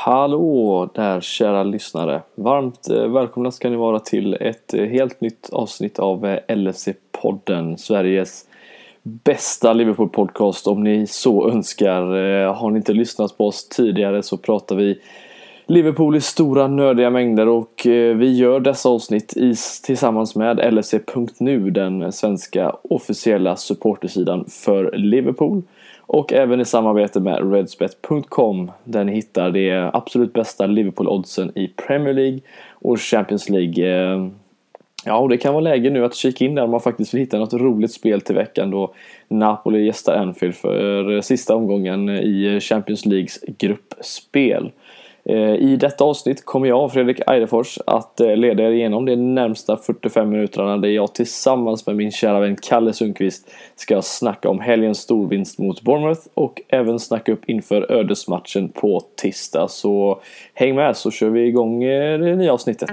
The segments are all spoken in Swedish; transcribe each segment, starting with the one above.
Hallå där kära lyssnare. Varmt välkomna ska ni vara till ett helt nytt avsnitt av LFC-podden. Sveriges bästa Liverpool-podcast om ni så önskar. Har ni inte lyssnat på oss tidigare så pratar vi Liverpool i stora nördiga mängder och vi gör dessa avsnitt tillsammans med LFC.nu, den svenska officiella supportersidan för Liverpool. Och även i samarbete med Redsbet.com där ni hittar det absolut bästa Liverpool-oddsen i Premier League och Champions League. Ja, och det kan vara läge nu att kika in där om man faktiskt vill hitta något roligt spel till veckan då Napoli gästar Anfield för sista omgången i Champions Leagues gruppspel. I detta avsnitt kommer jag, Fredrik Eidefors, att leda er igenom de närmsta 45 minuterna där jag tillsammans med min kära vän Kalle Sundqvist ska snacka om helgens storvinst mot Bournemouth och även snacka upp inför ödesmatchen på tisdag. Så häng med så kör vi igång det nya avsnittet.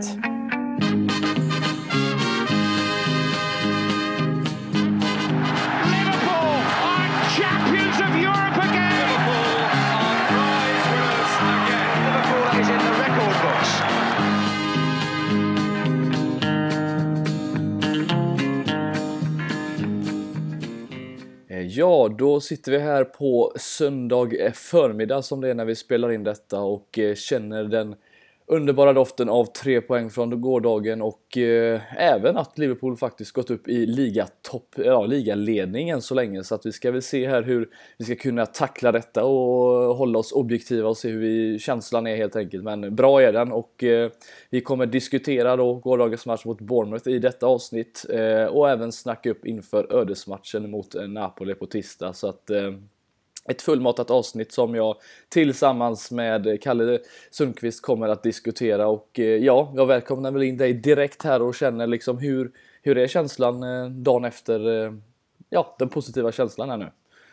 Ja, då sitter vi här på söndag förmiddag som det är när vi spelar in detta och känner den underbara doften av 3 poäng från gårdagen och även att Liverpool faktiskt gått upp i ligaledningen så länge, så att vi ska väl se här hur vi ska kunna tackla detta och hålla oss objektiva och se hur känslan är helt enkelt, men bra är den och vi kommer diskutera då gårdagens match mot Bournemouth i detta avsnitt och även snacka upp inför ödesmatchen mot Napoli på tisdag, så att ett fullmatat avsnitt som jag tillsammans med Kalle Sundqvist kommer att diskutera. Och ja, jag välkomnar väl in dig direkt här och känner liksom hur är känslan dagen efter den positiva känslan här nu?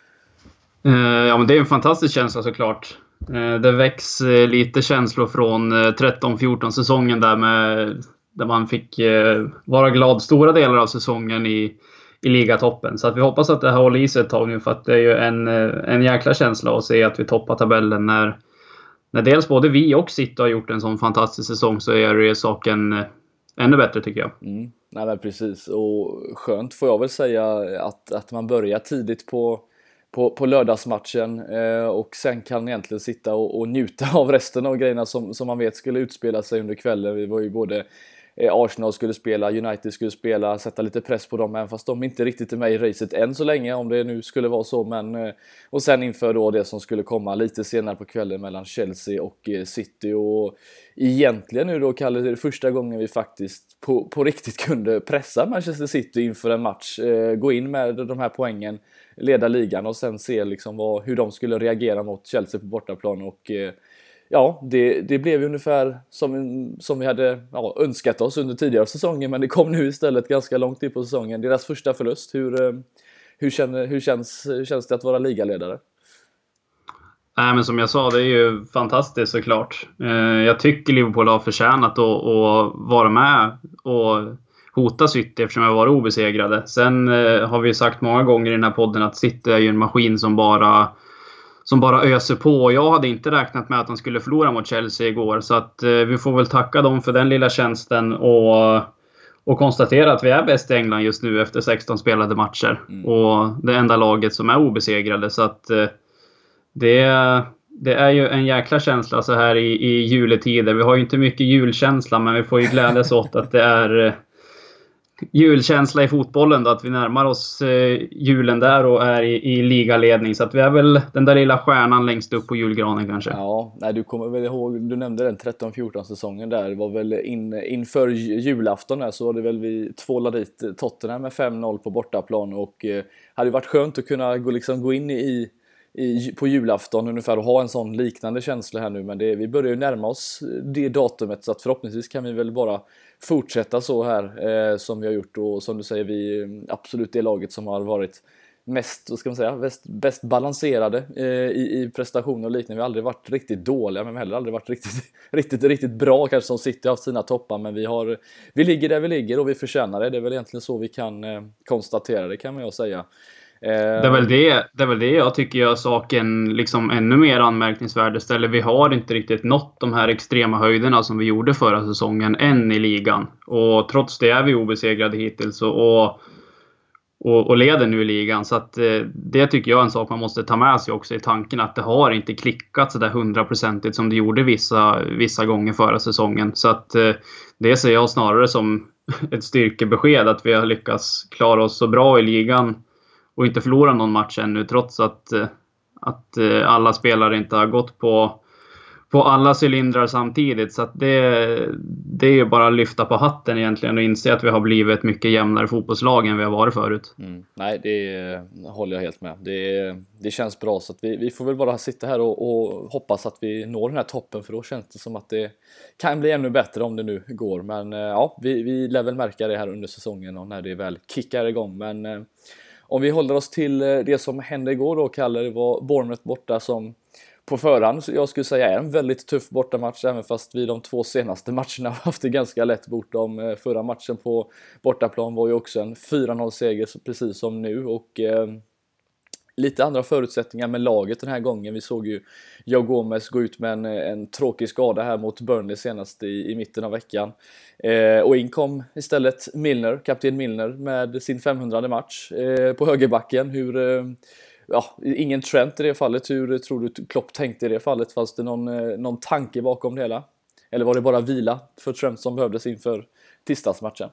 Ja, men det är en fantastisk känsla såklart. Det väcks lite känslor från 13-14 säsongen där man fick vara glad stora delar av säsongen i ligatoppen. Så att vi hoppas att det här håller i sig ett tag nu, för att det är ju en jäkla känsla att se att vi toppar tabellen när dels både vi och City har gjort en sån fantastisk säsong, så är det saken ännu bättre tycker jag. Nej men precis, och skönt får jag väl säga att man börjar tidigt på lördagsmatchen och sen kan egentligen sitta och njuta av resten av grejerna som man vet skulle utspela sig under kvällen. Vi var ju både Arsenal skulle spela, United skulle spela, sätta lite press på dem, även fast de inte riktigt är med i racet än så länge, om det nu skulle vara så, men och sen inför då det som skulle komma lite senare på kvällen mellan Chelsea och City. Och egentligen nu då, Kalle, det är första gången vi faktiskt på riktigt kunde pressa Manchester City inför en match, gå in med de här poängen, leda ligan och sen se liksom hur de skulle reagera mot Chelsea på bortaplan. Och ja, det blev ju ungefär som vi hade önskat oss under tidigare säsonger, men det kom nu istället ganska långt in på säsongen. Deras första förlust, hur känns det att vara ligaledare? Nej, men som jag sa, det är ju fantastiskt såklart. Jag tycker Liverpool har förtjänat att vara med och hota City eftersom jag var obesegrade. Sen har vi sagt många gånger i den här podden att City är ju en maskin som bara öser på. Jag hade inte räknat med att de skulle förlora mot Chelsea igår. Så att vi får väl tacka dem för den lilla tjänsten och konstatera att vi är bäst i England just nu efter 16 spelade matcher. Och det enda laget som är obesegrade. Så att det är ju en jäkla känsla så här i juletider. Vi har ju inte mycket julkänsla, men vi får ju glädjas åt att det är julkänsla i fotbollen då, att vi närmar oss julen där och är i ligaledning, så att vi är väl den där lilla stjärnan längst upp på julgranen kanske. Ja, nej, du kommer väl ihåg, du nämnde den 13-14 säsongen där, det var väl inför julafton där, så var det väl vi tvålade dit Tottenham med 5-0 på bortaplan och hade varit skönt att kunna gå in på julafton ungefär och ha en sån liknande känsla här nu, men vi börjar ju närma oss det datumet, så att förhoppningsvis kan vi väl bara fortsätta så här som vi har gjort, och som du säger, vi absolut det laget som har varit mest, vad ska man säga, bäst balanserade i prestationer och liknande. Vi har aldrig varit riktigt dåliga, men vi har heller aldrig varit riktigt bra, kanske som City har haft sina toppar, men vi ligger där vi ligger och vi förtjänar det. Det är väl egentligen så vi kan konstatera det, kan man ju säga. Det är väl det jag tycker gör saken liksom ännu mer anmärkningsvärd. Istället vi har inte riktigt nått de här extrema höjderna som vi gjorde förra säsongen än i ligan. Och trots det är vi obesegrade hittills och leder nu i ligan. Så att det tycker jag är en sak man måste ta med sig också i tanken, att det har inte klickat så där 100% som det gjorde vissa gånger förra säsongen. Så att det ser jag snarare som ett styrkebesked att vi har lyckats klara oss så bra i ligan och inte förlora någon match ännu, trots att alla spelare inte har gått på alla cylindrar samtidigt. Så att det är ju bara att lyfta på hatten egentligen och inse att vi har blivit ett mycket jämnare fotbollslag än vi har varit förut. Nej, det håller jag helt med. Det känns bra, så att vi får väl bara sitta här och hoppas att vi når den här toppen, för då känns det som att det kan bli ännu bättre om det nu går. Men ja, vi lär väl märka det här under säsongen och när det väl kickar igång. Men om vi håller oss till det som hände igår då, Kalle, det var Bournemouth borta, som på förhand jag skulle säga är en väldigt tuff bortamatch, även fast vi de 2 senaste matcherna har haft det ganska lätt bort dem. Förra matchen på bortaplan var ju också en 4-0-seger, precis som nu, och lite andra förutsättningar med laget den här gången. Vi såg ju Joe Gomez gå ut med en tråkig skada här mot Burnley senast i mitten av veckan. Och in kom istället kapten Milner med sin 500:e match på högerbacken. Ingen Trent i det fallet. Hur tror du Klopp tänkte i det fallet? Fanns det någon tanke bakom det hela? Eller var det bara vila för Trent som behövdes inför tisdagsmatchen?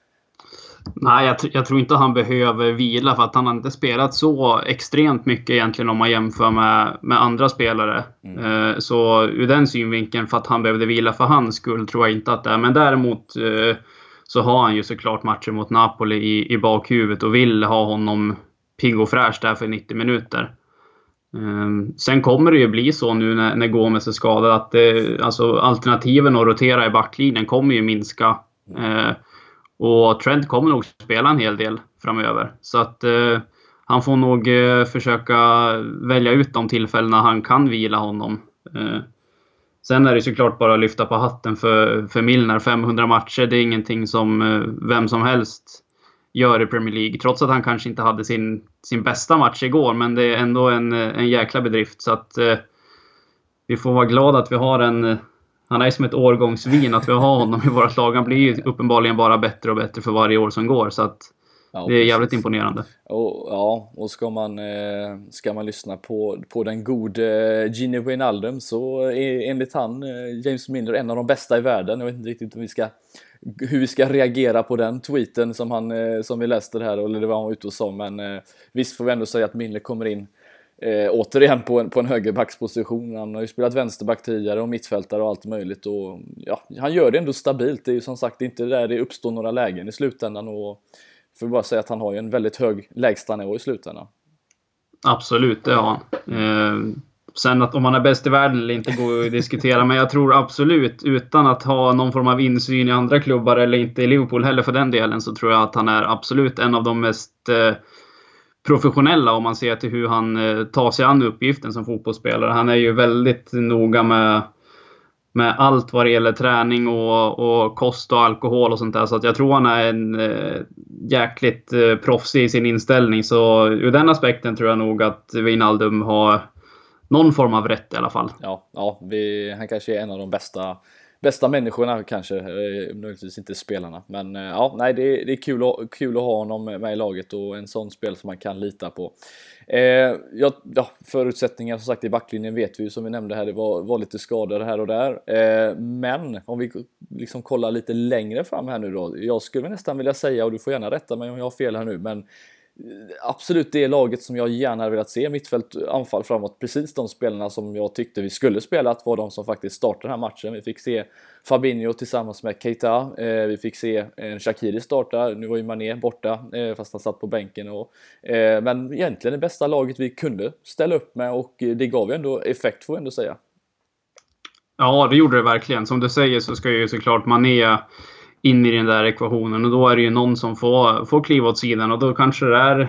Nej, jag tror inte han behöver vila, för att han har inte spelat så extremt mycket egentligen om man jämför med andra spelare. Så ur den synvinkeln, för att han behövde vila för hans skull, tror jag inte att det är. Men däremot så har han ju såklart matchen mot Napoli i bakhuvudet och vill ha honom pigg och fräsch där för 90 minuter. Sen kommer det ju bli så nu när Gomez är skadad att alltså alternativen att rotera i backlinjen kommer ju minska. Och Trent kommer nog spela en hel del framöver. Så att han får nog försöka välja ut de tillfällena han kan vila honom. Sen är det såklart bara att lyfta på hatten för Milner. 500 matcher, det är ingenting som vem som helst gör i Premier League. Trots att han kanske inte hade sin bästa match igår. Men det är ändå en jäkla bedrift. Så att vi får vara glada att vi har han är som ett årgångsvin att vi har honom i våra slag. Han blir ju uppenbarligen bara bättre och bättre för varje år som går. Så att det är jävligt imponerande. Och ska man lyssna på den gode Gini Wijnaldum, så är enligt han James Milner en av de bästa i världen. Jag vet inte riktigt hur vi ska reagera på den tweeten som vi läste det här, eller det var han var ute och sa. Men visst får vi ändå säga att Milner kommer in återigen på en högerbacksposition. Han har ju spelat vänsterback tidigare och mittfältare och allt möjligt, och ja, han gör det ändå stabilt. Det är ju som sagt inte där det uppstår några lägen i slutändan, och får bara säga att han har ju en väldigt hög lägstanivå i slutändan. Absolut, det har han. Sen att om han är bäst i världen eller inte går att diskutera, men jag tror absolut, utan att ha någon form av insyn i andra klubbar eller inte i Liverpool heller för den delen, så tror jag att han är absolut en av de mest professionella om man ser till hur han tar sig an uppgiften som fotbollsspelare. Han är ju väldigt noga med allt vad det gäller träning och kost och alkohol och sånt där. Så att jag tror han är en jäkligt proffsig i sin inställning. Så ur den aspekten tror jag nog att Wijnaldum har någon form av rätt i alla fall. Ja, han kanske är en av de bästa människorna, kanske möjligtvis inte spelarna, men det är kul att ha honom med i laget, och en sån spel som man kan lita på. Förutsättningar som sagt i backlinjen vet vi ju, som vi nämnde här, det var lite skador här och där, men om vi liksom kollar lite längre fram här nu då, jag skulle nästan vilja säga, och du får gärna rätta mig om jag har fel här nu, men absolut det laget som jag gärna hade velat se mittfält, anfall framåt, precis de spelarna som jag tyckte vi skulle spela, att var de som faktiskt startade den här matchen. Vi fick se Fabinho tillsammans med Keita, vi fick se Shaqiri starta, nu var ju Mané borta fast han satt på bänken, men egentligen det bästa laget vi kunde ställa upp med, och det gav ju ändå effekt, får jag ändå säga. Ja, det gjorde det verkligen. Som du säger så ska ju såklart Mané in i den där ekvationen, och då är det ju någon som får kliva åt sidan, och då kanske det är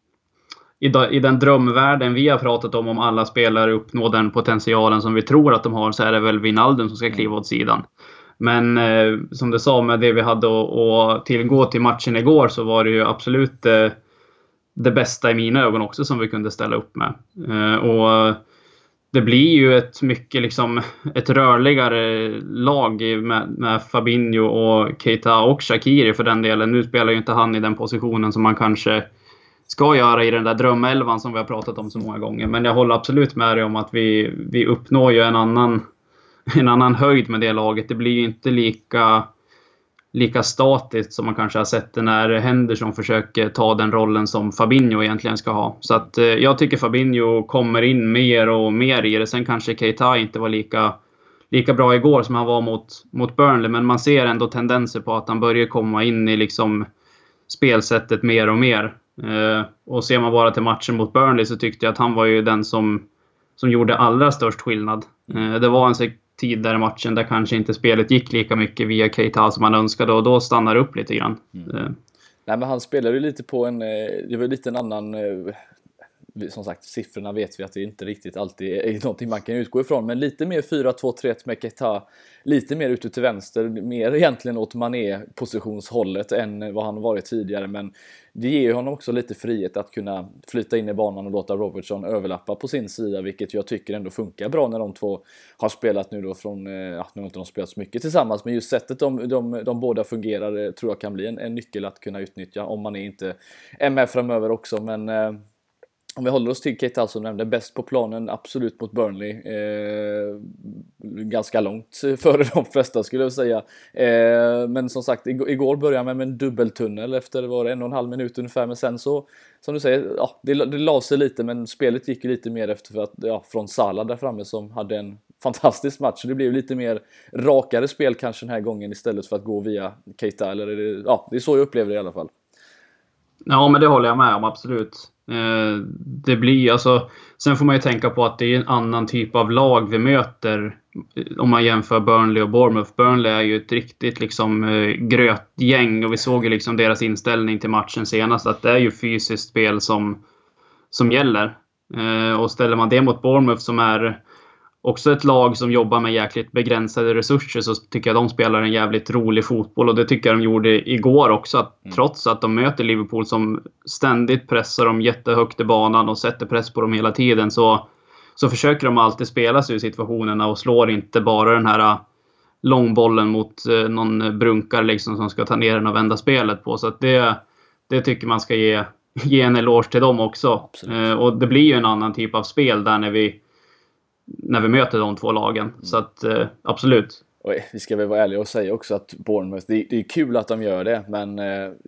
i den drömvärlden vi har pratat om alla spelare uppnår den potentialen som vi tror att de har, så är det väl Wijnaldum som ska kliva åt sidan. Men som du sa, med det vi hade att tillgå till matchen igår, så var det ju absolut det bästa i mina ögon också som vi kunde ställa upp med. Och det blir ju ett rörligare lag med Fabinho och Keita och Shaqiri för den delen. Nu spelar ju inte han i den positionen som man kanske ska göra i den där drömelvan som vi har pratat om så många gånger. Men jag håller absolut med dig om att vi uppnår ju en annan höjd med det laget. Det blir ju inte lika statiskt som man kanske har sett det när Henderson försöker ta den rollen som Fabinho egentligen ska ha. Så att jag tycker Fabinho kommer in mer och mer i det. Sen kanske Keita inte var lika bra igår som han var mot Burnley. Men man ser ändå tendenser på att han börjar komma in i spelsättet mer och mer. Och ser man bara till matchen mot Burnley så tyckte jag att han var ju den som gjorde allra störst skillnad. Det var en tid där i matchen där kanske inte spelet gick lika mycket via Keita som man önskade, och då stannar upp lite grann. Nej, men han spelar ju lite på det var lite en annan, som sagt, siffrorna vet vi att det inte riktigt alltid är någonting man kan utgå ifrån, men lite mer 4-2-3 med Keita, lite mer ute till vänster, mer egentligen åt Mané-positionshållet än vad han varit tidigare, men det ger ju honom också lite frihet att kunna flyta in i banan och låta Robertson överlappa på sin sida, vilket jag tycker ändå funkar bra när de två har spelat nu då från, nu har inte de spelat så mycket tillsammans, men just sättet de båda fungerar tror jag kan bli en nyckel att kunna utnyttja om man inte är med framöver också, men om vi håller oss till Keita som nämnde, bäst på planen absolut mot Burnley, ganska långt före de flesta skulle jag säga, men som sagt igår började man med en dubbeltunnel efter 1,5 minut ungefär, men sen så som du säger, ja, det la sig lite, men spelet gick ju lite mer efter för att, från Salah där framme som hade en fantastisk match, så det blev lite mer rakare spel kanske den här gången istället för att gå via Keita, eller det är så jag upplever det i alla fall. Ja, men det håller jag med om, absolut. Det blir sen får man ju tänka på att det är en annan typ av lag vi möter om man jämför Burnley och Bournemouth. Burnley är ju ett riktigt grötgäng, och vi såg ju deras inställning till matchen senast, att det är ju fysiskt spel som gäller. Och ställer man det mot Bournemouth som är också ett lag som jobbar med jäkligt begränsade resurser, så tycker jag de spelar en jävligt rolig fotboll, och det tycker jag de gjorde igår också, att trots att de möter Liverpool som ständigt pressar dem jättehögt i banan och sätter press på dem hela tiden, så försöker de alltid spela sig ur situationerna och slår inte bara den här långbollen mot någon brunkar som ska ta ner den och vända spelet på. Så att det tycker man ska ge en eloge till dem också. Och det blir ju en annan typ av spel där när vi möter de två lagen. Så att absolut. Och vi ska väl vara ärliga och säga också att Bournemouth, det är kul att de gör det, men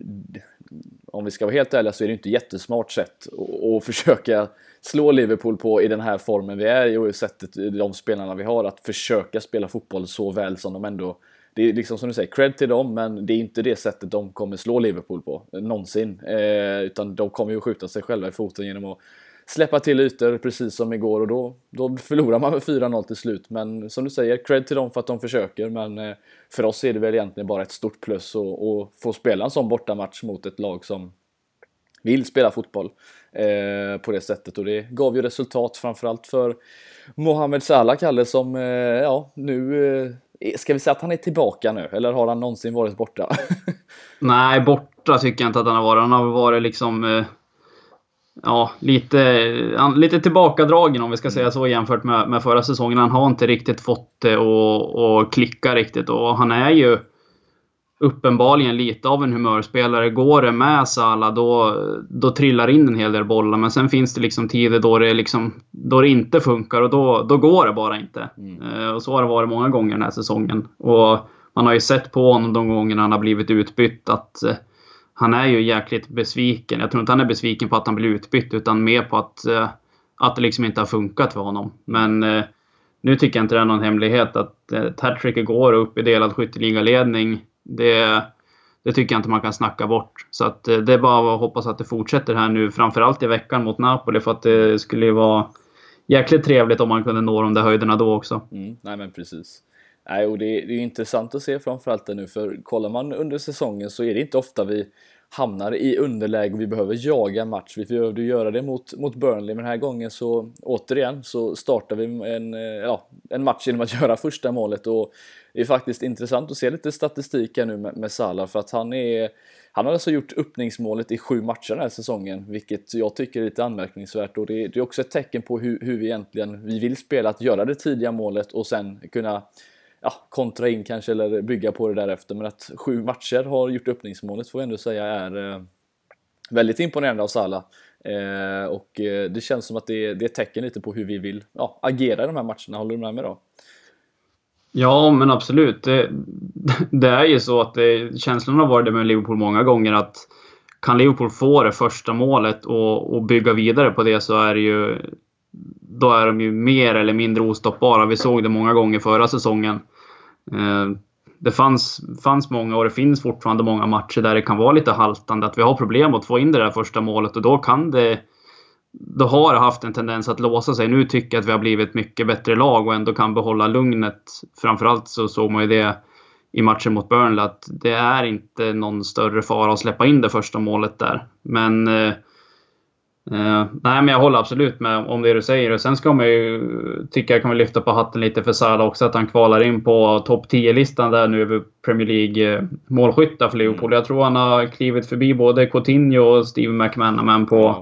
om vi ska vara helt ärliga så är det inte jättesmart sätt att försöka slå Liverpool på i den här formen vi är i, och sättet de spelarna vi har att försöka spela fotboll så väl som de ändå. Det är som du säger, cred till dem, men det är inte det sättet de kommer slå Liverpool på någonsin, utan de kommer ju skjuta sig själva i foten genom att släppa till ytor precis som igår, och då förlorar man med 4-0 till slut. Men som du säger, cred till dem för att de försöker, men för oss är det väl egentligen bara ett stort plus att få spela en sån bortamatch mot ett lag som vill spela fotboll på det sättet, och det gav ju resultat framförallt för Mohamed Salah, Kalle, som nu ska vi säga att han är tillbaka nu, eller har han någonsin varit borta? Nej, borta tycker jag inte att han har varit. Han har varit lite tillbakadragen, om vi ska säga så, jämfört med förra säsongen. Han har inte riktigt fått det och klicka riktigt, och han är ju uppenbarligen lite av en humörspelare. Går det med Salah, då trillar in en hel del bollar, men sen finns det tider då det inte funkar, och då går det bara inte. Och så har det varit många gånger den här säsongen, och man har ju sett på honom de gångerna han har blivit utbytt att han är ju jäkligt besviken. Jag tror inte han är besviken på att han blir utbytt, utan mer på att det inte har funkat för honom. Men nu tycker jag inte det är någon hemlighet att hattrick går upp i delad skytteligaledning. Det tycker jag inte man kan snacka bort. Så att det är bara att hoppas att det fortsätter här nu, framförallt i veckan mot Napoli, för att det skulle ju vara jäkligt trevligt om man kunde nå de där höjderna då också. Nej, men precis. Nej, och det är intressant att se framförallt det nu, för kollar man under säsongen så är det inte ofta vi hamnar i underläge och vi behöver jaga en match. Vi behövde göra det mot Burnley, men den här gången så återigen så startar vi en match genom att göra första målet. Och det är faktiskt intressant att se lite statistik här nu med Salah, för att han har alltså gjort öppningsmålet i 7 matcher den här säsongen, vilket jag tycker är lite anmärkningsvärt. Och det är också ett tecken på hur vi vill spela, att göra det tidiga målet och sen kunna kontra in kanske, eller bygga på det därefter. Men att 7 matcher har gjort öppningsmålet får jag ändå säga är väldigt imponerande av Salah. Och det känns som att det är ett tecken lite på hur vi vill agera i de här matcherna. Håller du med mig då? Ja, men absolut. Det är ju så att känslan har varit det med Liverpool många gånger, att kan Liverpool få det första målet och bygga vidare på det, så är det ju, då är de ju mer eller mindre ostoppbara. Vi såg det många gånger förra säsongen. Det fanns många, och det finns fortfarande många matcher där det kan vara lite haltande, att vi har problem att få in det där första målet, och då har det haft en tendens att låsa sig. Nu tycker jag att vi har blivit mycket bättre lag och ändå kan behålla lugnet. Framförallt så såg man ju det i matchen mot Burnley, att det är inte någon större fara att släppa in det första målet där. Men nej, men jag håller absolut med om det du säger. Och sen ska man ju, tycker jag, kan vi lyfta på hatten lite för Salah också, att han kvalar in på topp 10-listan där nu över Premier League målskyttar för Liverpool. Jag tror han har klivit förbi både Coutinho och Steve McManaman på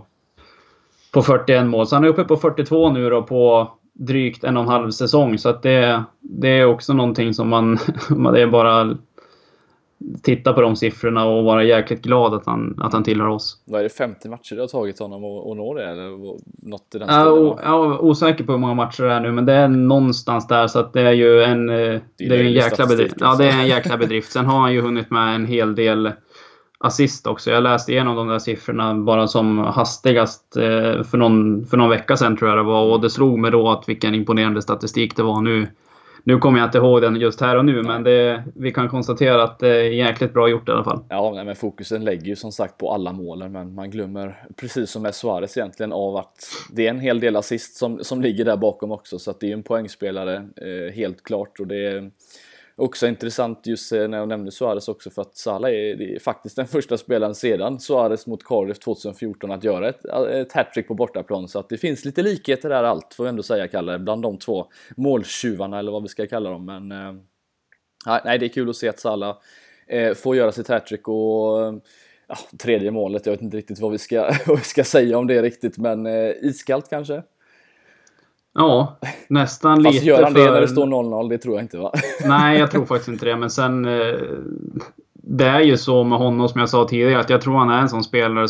41 mål. Så han är uppe på 42 nu då, på drygt 1,5 säsong. Så att det är också någonting som man det är bara titta på de siffrorna och vara jäkligt glad att han tillhör oss. Vad är det, 50 matcher det har tagit honom att nå det? Eller något i den stilen? Jag är osäker på hur många matcher det är nu, men det är någonstans där, så att det är ju en jäkla bedrift. Ja, det är en jäkla bedrift. Sen har han ju hunnit med en hel del assist också. Jag läste igenom de där siffrorna bara som hastigast för någon vecka sedan, tror jag det var, och det slog mig då att vilken imponerande statistik det var nu. Nu kommer jag inte ihåg den just här och nu, men vi kan konstatera att det är jäkligt bra gjort i alla fall. Ja, men fokusen lägger ju som sagt på alla målen, men man glömmer, precis som med Suarez egentligen, av att det är en hel del assist som ligger där bakom också, så att det är en poängspelare helt klart. Och det är också intressant just när jag nämnde Suarez också, för att Salah är faktiskt den första spelaren sedan Suarez mot Cardiff 2014 att göra ett hattrick på bortaplan. Så att det finns lite likheter där, allt får vi ändå säga, Kalle, bland de två måltjuvarna eller vad vi ska kalla dem. Men nej, det är kul att se att Salah får göra sitt hattrick. Och tredje målet, jag vet inte riktigt vad vi ska säga om det riktigt, men iskallt kanske. Ja, nästan fast lite. Gör han det när det står 0-0? Det tror jag inte, va? Nej, jag tror faktiskt inte det. Men sen, det är ju så med honom, som jag sa tidigare, att jag tror han är en sån spelare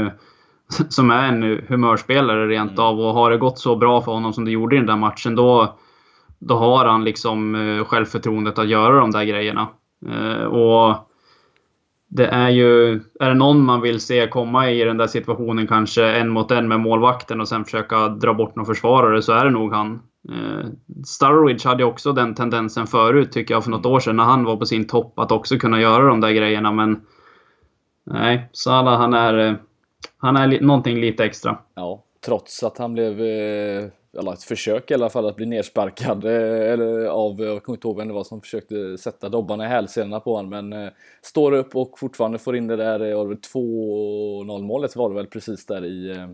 som är en humörspelare rent av. Och har det gått så bra för honom som det gjorde i den där matchen, då har han liksom självförtroendet att göra de där grejerna. Och det är det någon man vill se komma i den där situationen, kanske 1 mot 1 med målvakten och sen försöka dra bort någon försvarare, så är det nog han. Sturridge hade också den tendensen förut, tycker jag, för något år sedan när han var på sin topp, att också kunna göra de där grejerna. Men nej, Salah, han är någonting lite extra. Ja, trots att han blev eller ett försök i alla fall att bli nersparkad eller av, jag kommer inte ihåg vem det var som försökte sätta dobbarna i hälsenorna på honom, men står upp och fortfarande får in det där 2-0 målet var det väl precis där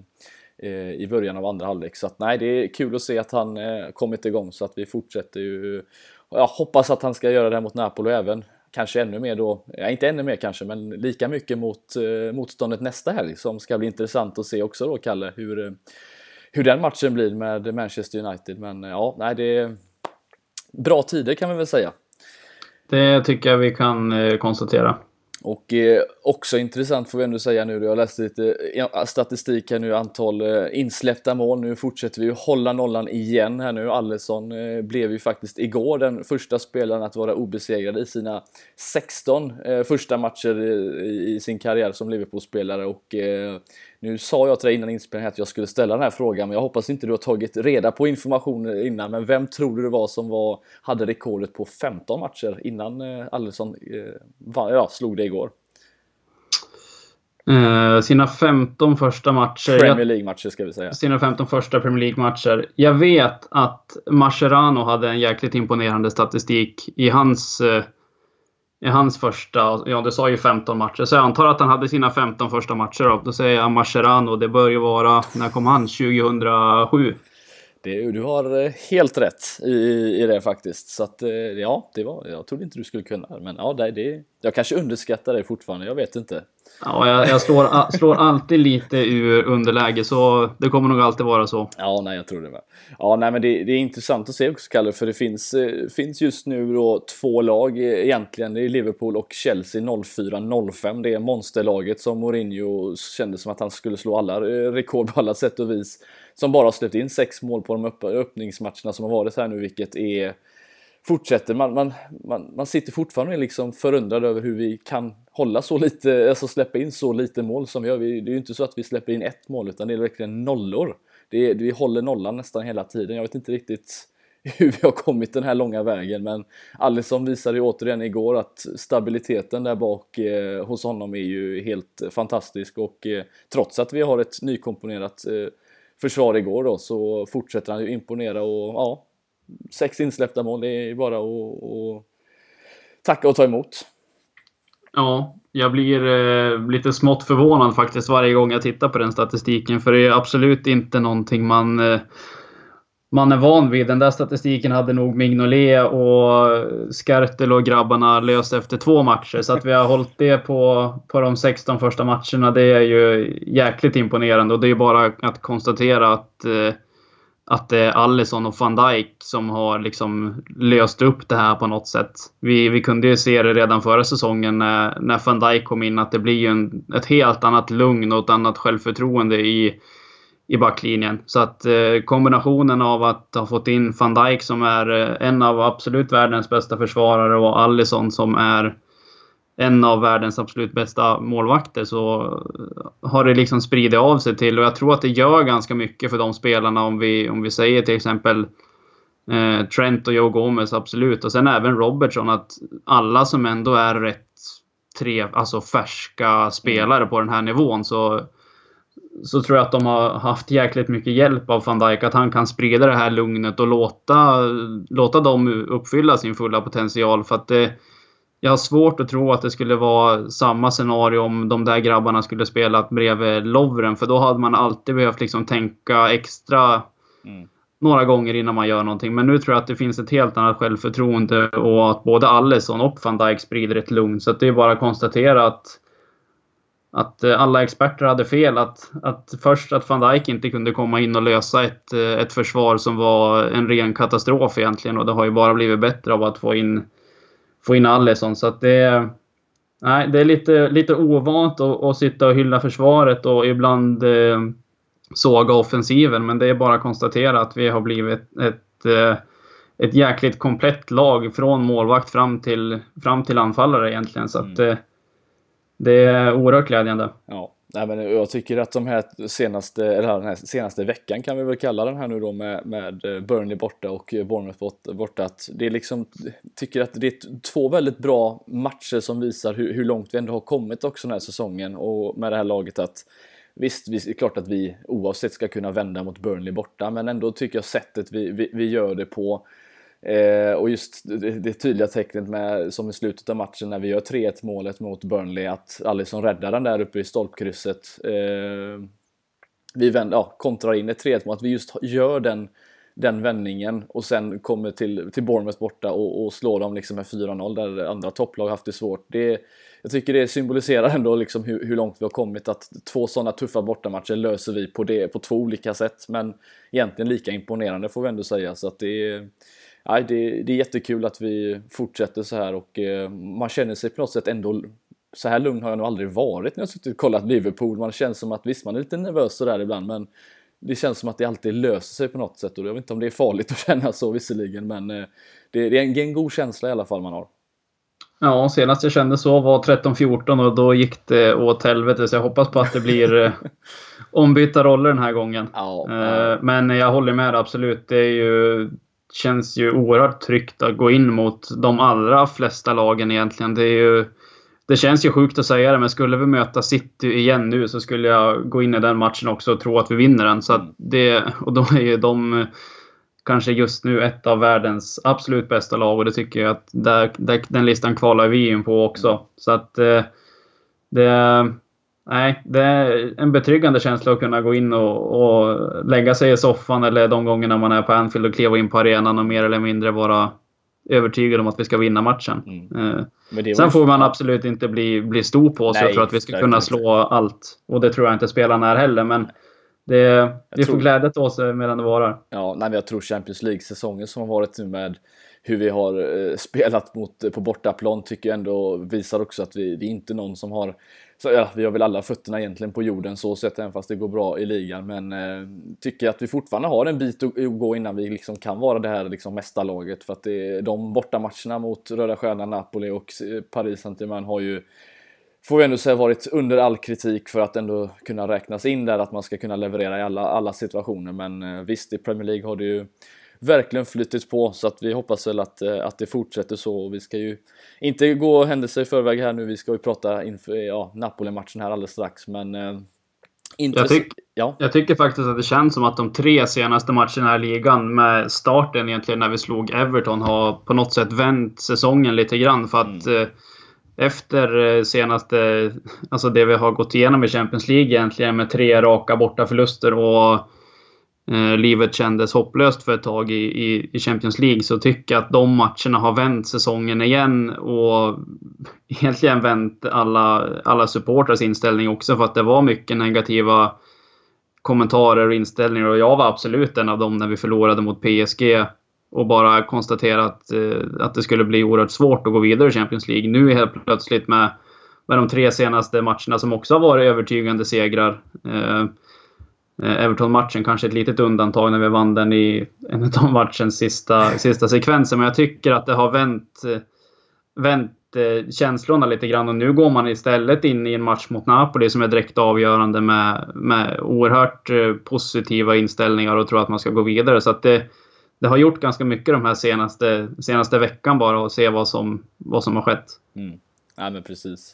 i början av andra halvlek. Så att nej, det är kul att se att han kommit igång, så att vi fortsätter ju. Jag hoppas att han ska göra det här mot Napoli, även kanske ännu mer då, inte ännu mer kanske, men lika mycket mot motståndet nästa helg, som ska bli intressant att se också då, Kalle, hur den matchen blir med Manchester United. Men det är bra tider, kan vi väl säga. Det tycker jag vi kan konstatera. Och också intressant får vi ändå säga nu, jag läste lite statistik här nu, antal insläppta mål. Nu fortsätter vi hålla nollan igen här nu. Alisson blev ju faktiskt igår den första spelaren att vara obesegrad i sina 16 första matcher i sin karriär som Liverpool-spelare. Och nu sa jag till dig innan inspelningen att jag skulle ställa den här frågan, men jag hoppas inte du har tagit reda på informationen innan. Men vem tror du det var som hade rekordet på 15 matcher innan Alisson slog det igår? Sina 15 första matcher. Premier League-matcher ska vi säga. Sina 15 första Premier League-matcher. Jag vet att Mascherano hade en jäkligt imponerande statistik i hans i hans första, ja du sa ju 15 matcher, så jag antar att han hade sina 15 första matcher då säger jag Mascherano, det bör ju vara, när kom han? 2007? Du har helt rätt i det faktiskt. Så att ja, jag trodde inte du skulle kunna. Men ja, jag kanske underskattar det fortfarande, jag vet inte. Ja, jag slår alltid lite ur underläge, så det kommer nog alltid vara så. Ja, nej, jag tror det med. Ja, nej, men det är intressant att se också, Kalle, för det finns just nu då 2 lag egentligen. Det är Liverpool och Chelsea 04-05. Det är monsterlaget som Mourinho kände som att han skulle slå alla rekord på alla sätt och vis. Som bara har släppt in 6 mål på de öppningsmatcherna som har varit här nu, vilket är... Fortsätter, man sitter fortfarande liksom förundrad över hur vi kan hålla så lite, alltså släppa in så lite mål som vi gör. Det är ju inte så att vi släpper in 1 mål, utan det är verkligen nollor. Vi håller nollan nästan hela tiden. Jag vet inte riktigt hur vi har kommit den här långa vägen, men Alisson visade ju återigen igår att stabiliteten där bak hos honom är ju helt fantastisk, och trots att vi har ett nykomponerat försvar igår då, så fortsätter han ju imponera, och ja, 6 insläppta mål, det är bara att tacka och ta emot. Ja, jag blir lite smått förvånad faktiskt varje gång jag tittar på den statistiken. För det är absolut inte någonting man är van vid. Den där statistiken hade nog Mignolet och Skertel och grabbarna löst efter 2 matcher. Så att vi har hållit det på de 16 första matcherna, det är ju jäkligt imponerande. Och det är bara att konstatera att det är Alisson och Van Dijk som har liksom löst upp det här på något sätt. Vi kunde ju se det redan förra säsongen när Van Dijk kom in, att det blir ju ett helt annat lugn och ett annat självförtroende i backlinjen. Så att kombinationen av att ha fått in Van Dijk som är en av absolut världens bästa försvarare, och Alisson som är en av världens absolut bästa målvakter, så har det liksom spridit av sig till, och jag tror att det gör ganska mycket för de spelarna, om vi säger till exempel Trent och Joe Gomez, absolut, och sen även Robertson, att alla som ändå är rätt färska spelare på den här nivån, så tror jag att de har haft jäkligt mycket hjälp av Van Dijk, att han kan sprida det här lugnet och låta dem uppfylla sin fulla potential. För att jag har svårt att tro att det skulle vara samma scenario om de där grabbarna skulle spela bredvid Lovren, för då hade man alltid behövt liksom tänka extra några gånger innan man gör någonting. Men nu tror jag att det finns ett helt annat självförtroende, och att både Alisson och Van Dijk sprider ett lugn. Så att det är bara att konstatera att alla experter hade fel. Att först att Van Dijk inte kunde komma in och lösa ett försvar som var en ren katastrof egentligen, och det har ju bara blivit bättre av att få in Alisson. Så att det är lite ovant att sitta och hylla försvaret och ibland såga offensiven, men det är bara att konstatera att vi har blivit ett jäkligt komplett lag från målvakt fram till anfallare egentligen. Så att det är oerhört glädjande. Ja. Nej, men jag tycker att den här senaste veckan, kan vi väl kalla den här nu då, med Burnley borta och Bournemouth borta, att det är liksom, tycker att det är 2 väldigt bra matcher som visar hur långt vi ändå har kommit också den här säsongen, och med det här laget, att visst, det är klart att vi oavsett ska kunna vända mot Burnley borta, men ändå tycker jag sättet vi gör det på, och just det tydliga tecknet med, som i slutet av matchen när vi gör 3-1 målet mot Burnley, att Alisson räddar den där uppe i stolpkrysset, vi kontrar in ett 3-1 mål, att vi just gör den vändningen, och sen kommer till Bournemouth borta och slår dem liksom med 4-0 där andra topplag haft det svårt. Jag tycker det symboliserar ändå liksom hur långt vi har kommit, att 2 sådana tuffa bortamatcher löser vi på 2 olika sätt, men egentligen lika imponerande får vi ändå säga. Så att det är jättekul att vi fortsätter så här, och man känner sig på något sätt ändå, så här lugn har jag nog aldrig varit när jag suttit och kollat Liverpool. Man känns som att visst, man är lite nervös så där ibland, men det känns som att det alltid löser sig på något sätt, och jag vet inte om det är farligt att känna så visserligen, men det är en god känsla i alla fall man har. Ja, senast jag kände så var 13-14, och då gick det åt helvete, så jag hoppas på att det blir ombytta roller den här gången. Men jag håller med, absolut. Det känns ju oerhört tryggt att gå in mot de allra flesta lagen egentligen. Det känns ju sjukt att säga det, men skulle vi möta City igen nu, så skulle jag gå in i den matchen också och tro att vi vinner den. Så att och då är ju de kanske just nu ett av världens absolut bästa lag, och det tycker jag att den listan kvalar vi in på också. Så att det är en betryggande känsla att kunna gå in och lägga sig i soffan, eller de gångerna man är på Anfield och kliva in på arenan och mer eller mindre vara övertygad om att vi ska vinna matchen. Sen får man absolut inte bli stor på oss. Jag tror att vi ska kunna slå allt. Och det tror jag inte spelarna är heller. Men vi får glädjet åt sig medan det varar. Ja, men jag tror Champions League-säsongen som har varit nu med hur vi har spelat på bortaplan tycker jag ändå visar också att vi är inte någon som har... Så, ja, vi har väl alla fötterna egentligen på jorden så sett, även fast det går bra i ligan. Men tycker att vi fortfarande har en bit att gå innan vi liksom kan vara det här liksom mästarlaget. För att de bortamatcherna mot Röda Stjärnan, Napoli och Paris Saint-Germain har ju, får vi ändå säga, varit under all kritik för att ändå kunna räknas in där, att man ska kunna leverera i alla situationer. Men visst, i Premier League har det ju verkligen flyttit på, så att vi hoppas väl att det fortsätter så. Vi ska ju inte gå händelser i förväg här nu, vi ska ju prata inför Napoli-matchen här alldeles strax, men jag tycker faktiskt att det känns som att de 3 senaste matcherna i ligan, med starten egentligen när vi slog Everton, har på något sätt vänt säsongen lite grann, för att efter senaste, alltså det vi har gått igenom i Champions League egentligen, med 3 raka bortaförluster och livet kändes hopplöst för ett tag i Champions League, så tycker jag att de matcherna har vänt säsongen igen och egentligen vänt alla supporters inställning också, för att det var mycket negativa kommentarer och inställningar, och jag var absolut en av dem när vi förlorade mot PSG och bara konstaterat att det skulle bli oerhört svårt att gå vidare i Champions League. Nu är helt plötsligt med de 3 senaste matcherna som också har varit övertygande segrar, Everton-matchen kanske ett litet undantag när vi vann den i en av matchens sista sekvenser, men jag tycker att det har vänt känslorna lite grann, och nu går man istället in i en match mot Napoli som är direkt avgörande med oerhört positiva inställningar och tror att man ska gå vidare. Så att det har gjort ganska mycket de här senaste veckan bara, och se vad som har skett. Ja, men precis.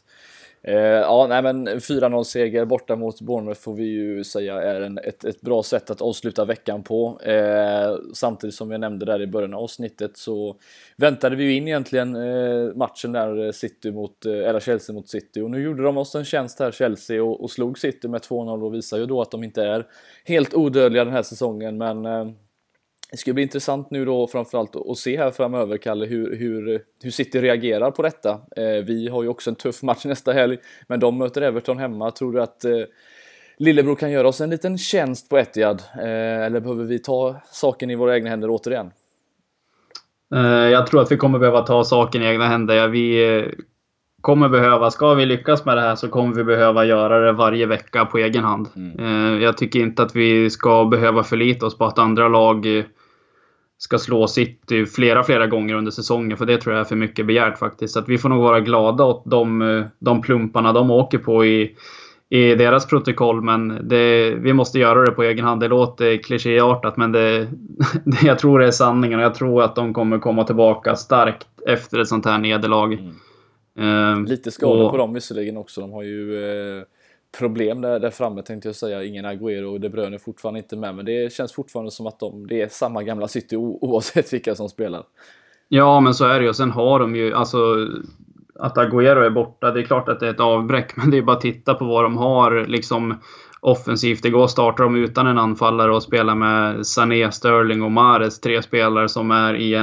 4-0 seger borta mot Bournemouth får vi ju säga är ett bra sätt att avsluta veckan på. Samtidigt som jag nämnde där i början av avsnittet, så väntade vi ju in egentligen matchen där Chelsea mot City, och nu gjorde de oss en tjänst här, Chelsea, och slog City med 2-0 och visar ju då att de inte är helt odödliga den här säsongen. Men det ska bli intressant nu då framförallt att se här framöver, Kalle, hur City reagerar på detta. Vi har ju också en tuff match nästa helg, men de möter Everton hemma. Tror du att Lillebror kan göra oss en liten tjänst på Etihad? Eller behöver vi ta saken i våra egna händer återigen? Jag tror att vi kommer behöva ta saken i egna händer. Vi kommer behöva, ska vi lyckas med det här, så kommer vi behöva göra det varje vecka på egen hand. Jag tycker inte att vi ska behöva förlita oss på att andra lag ska slå City flera gånger under säsongen, för det tror jag är för mycket begärt faktiskt. Så att vi får nog vara glada åt de plumparna de åker på i deras protokoll, men vi måste göra det på egen hand. Det låter klichéartat, men jag tror det är sanningen, och jag tror att de kommer komma tillbaka starkt efter ett sånt här nederlag. Lite skador på dem visserligen också. De har ju problem där framme, tänkte jag säga. Ingen Agüero och De Bruyne är fortfarande inte med, men det känns fortfarande som att det är samma gamla City oavsett vilka som spelar. Ja, men så är det ju. Och sen har de ju, alltså, att Agüero är borta, det är klart att det är ett avbräck, men det är bara att titta på vad de har liksom offensivt. Det går att starta dem utan en anfallare och spela med Sané, Sterling och Mahrez, 3 spelare som är i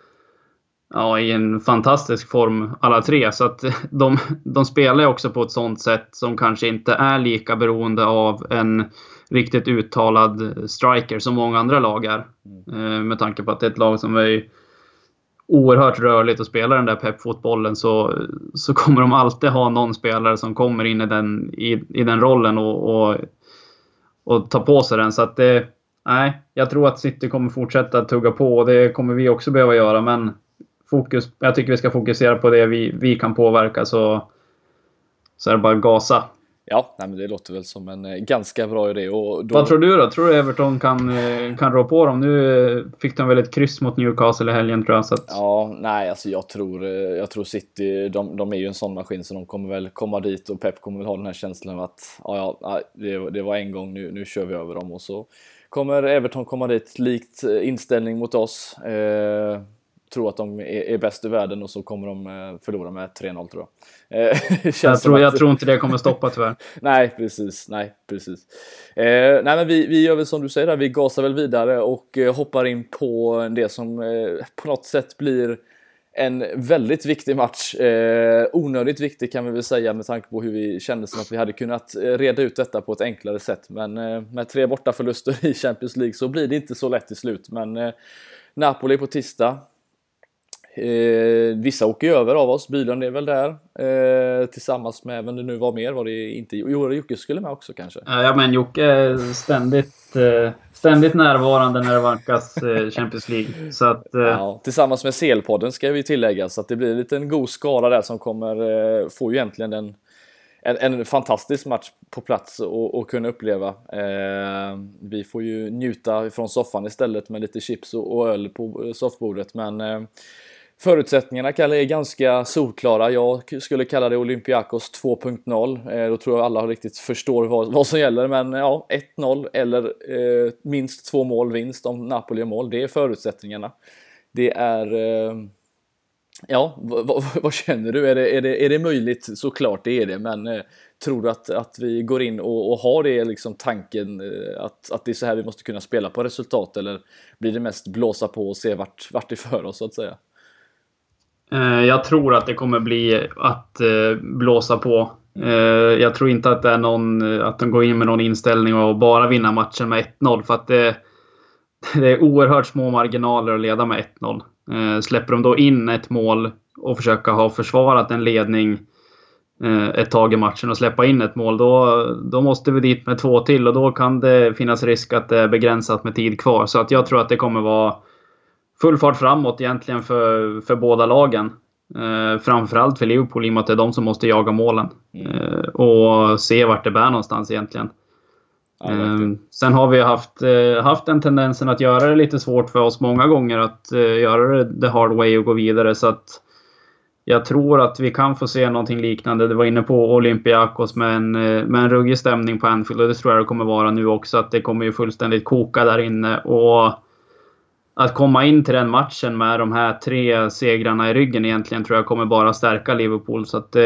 en fantastisk form alla 3. Så att de spelar också på ett sånt sätt som kanske inte är lika beroende av en riktigt uttalad striker som många andra lag är. Med tanke på att det är ett lag som är oerhört rörligt och spelar den där peppfotbollen, så kommer de alltid ha någon spelare som kommer in i den rollen och ta på sig den. Så att jag tror att City kommer fortsätta att tugga på, och det kommer vi också behöva göra, men jag tycker vi ska fokusera på det vi kan påverka, så är det bara gasa. Ja, men det låter väl som en ganska bra idé. Vad tror du då? Tror du Everton kan rå på dem? Nu fick de väl ett kryss mot Newcastle i helgen, tror jag. Så att... Alltså jag tror City, de är ju en sån maskin, så de kommer väl komma dit, och Pep kommer väl ha den här känslan av att det var en gång, nu kör vi över dem, och så kommer Everton komma dit likt inställning mot oss. Tror att de är bäst i världen och så kommer de förlora med 3-0 tror jag. Jag tror inte det kommer stoppa tyvärr. Nej, precis. Nej, men vi gör väl som du säger där, vi gasar väl vidare och hoppar in på det som på något sätt blir en väldigt viktig match. Onödigt viktig kan vi väl säga med tanke på hur vi kände som att vi hade kunnat reda ut detta på ett enklare sätt. Men med 3 bortaförluster i Champions League så blir det inte så lätt till slut. Men Napoli på tisdag. Vissa åker över av oss. Bylund är väl där tillsammans med, vem det nu var mer, var det inte Jocke skulle med också kanske? Ja, men Jocke är ständigt närvarande när det vankas Champions League. Så att, ja, tillsammans med CL-podden ska vi tillägga, så att det blir en liten god skara där som kommer få egentligen en fantastisk match på plats och kunna uppleva. Vi får ju njuta från soffan istället med lite chips och öl på soffbordet, men förutsättningarna är ganska solklara. Jag skulle kalla det Olympiakos 2.0. Då tror jag alla riktigt förstår vad som gäller. Men ja, 1-0 eller minst 2 mål vinst om Napoli mål. Det är förutsättningarna. Det är... ja, vad känner du? Är det möjligt? Såklart det är det. Men tror du att vi går in och har det liksom tanken att det är så här vi måste kunna spela på resultat? Eller blir det mest blåsa på och se vart det för oss så att säga? Jag tror att det kommer bli att blåsa på. Jag tror inte att det är att de går in med någon inställning och bara vinna matchen med 1-0. För att det är oerhört små marginaler att leda med 1-0. Släpper de då in ett mål och försöka ha försvarat en ledning ett tag i matchen och släppa in ett mål, då måste vi dit med 2 till. Och då kan det finnas risk att det är begränsat med tid kvar. Så att jag tror att det kommer vara full fart framåt egentligen för båda lagen. Framförallt för Liverpool i och med att det är de som måste jaga målen. Och se vart det bär någonstans egentligen. Ja, sen har vi haft den tendensen att göra det lite svårt för oss många gånger att göra det the hard way och gå vidare. Så att jag tror att vi kan få se någonting liknande. Det var inne på Olympiakos med en ruggig stämning på Anfield. Och det tror jag det kommer vara nu också. Att det kommer ju fullständigt koka där inne. Och att komma in till den matchen med de här 3 segrarna i ryggen egentligen tror jag kommer bara stärka Liverpool. Så att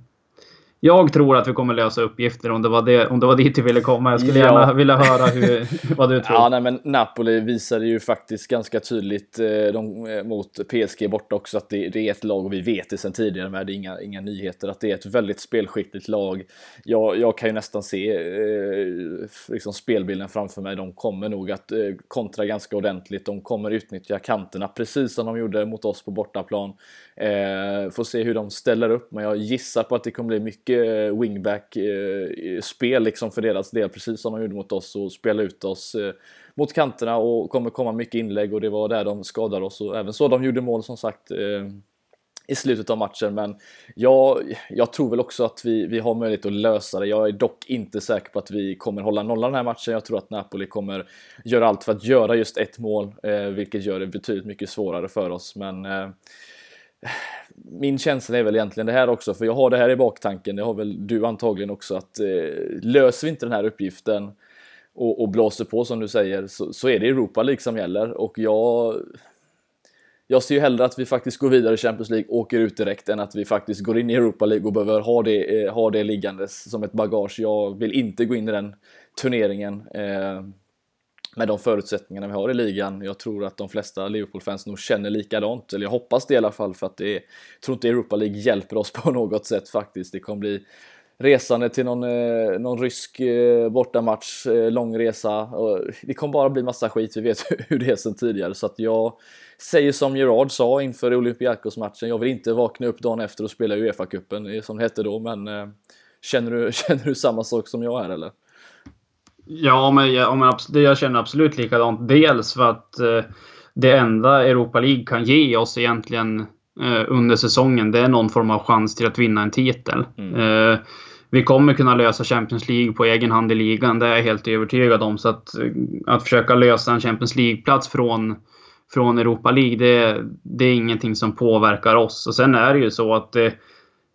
jag tror att vi kommer lösa uppgifter om det var dit du ville komma. Jag skulle gärna vilja höra vad du tror. Ja, nej, men Napoli visade ju faktiskt ganska tydligt mot PSG borta också att det är ett lag, och vi vet det sedan tidigare med, det är inga nyheter, att det är ett väldigt spelskickligt lag. Jag kan ju nästan se liksom spelbilden framför mig. De kommer nog att kontra ganska ordentligt. De kommer utnyttja kanterna precis som de gjorde mot oss på bortaplan. Får se hur de ställer upp, men jag gissar på att det kommer bli mycket wingback-spel liksom för deras del, precis som de gjorde mot oss, och spela ut oss mot kanterna, och kommer komma mycket inlägg, och det var där de skadade oss, och även så de gjorde mål som sagt i slutet av matchen. Men jag tror väl också att vi har möjlighet att lösa det. Jag är dock inte säker på att vi kommer hålla nollan den här matchen. Jag tror att Napoli kommer göra allt för att göra just ett mål, vilket gör det betydligt mycket svårare för oss. Men min känsla är väl egentligen det här också, för jag har det här i baktanken, det har väl du antagligen också, att löser vi inte den här uppgiften och blåser på som du säger, så är det Europa League som gäller. Och jag ser ju hellre att vi faktiskt går vidare i Champions League, åker ut direkt, än att vi faktiskt går in i Europa League och behöver ha det liggandes som ett bagage. Jag vill inte gå in i den turneringen med de förutsättningarna vi har i ligan. Jag tror att de flesta Liverpool-fans nog känner likadant, eller jag hoppas det i alla fall, för att jag tror inte Europa League hjälper oss på något sätt faktiskt. Det kommer bli resande till någon rysk bortamatch, lång resa. Det kommer bara bli massa skit, vi vet hur det är sedan tidigare. Så att jag säger som Gerard sa inför Olympiakos-matchen, jag vill inte vakna upp dagen efter och spela UEFA-cupen som det hette då. Men känner du samma sak som jag är, eller? Ja, men jag känner absolut likadant. Dels för att det enda Europa League kan ge oss egentligen under säsongen, det är någon form av chans till att vinna en titel. Vi kommer kunna lösa Champions League på egen hand i ligan, det är jag helt övertygad om. Så att försöka lösa en Champions League-plats från Europa League, det är ingenting som påverkar oss. Och sen är det ju så att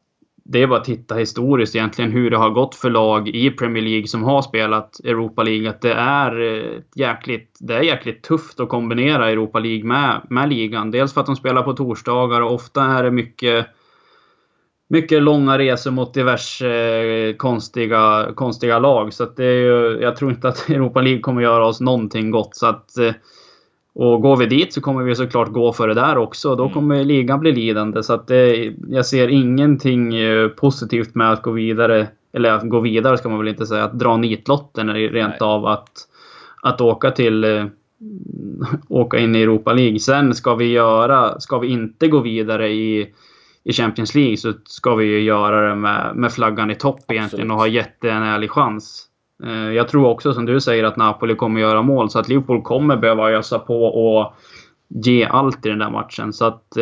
det är bara att titta historiskt egentligen hur det har gått för lag i Premier League som har spelat Europa League. Att det är jäkligt tufft att kombinera Europa League med ligan. Dels för att de spelar på torsdagar och ofta är det mycket långa resor mot diverse konstiga lag. Så att det är ju, jag tror inte att Europa League kommer göra oss någonting gott. Så att, och går vi dit så kommer vi såklart gå för det där också. Då kommer ligan bli lidande. Så att jag ser ingenting positivt med att gå vidare. Eller att gå vidare ska man väl inte säga. Att dra nitlotten är rent av att åka in i Europa League. Sen ska vi inte gå vidare i Champions League, så ska vi ju göra det med flaggan i topp egentligen. Och ha en ärlig chans. Jag tror också som du säger att Napoli kommer göra mål, så att Liverpool kommer behöva ösa på och ge allt i den där matchen. Så att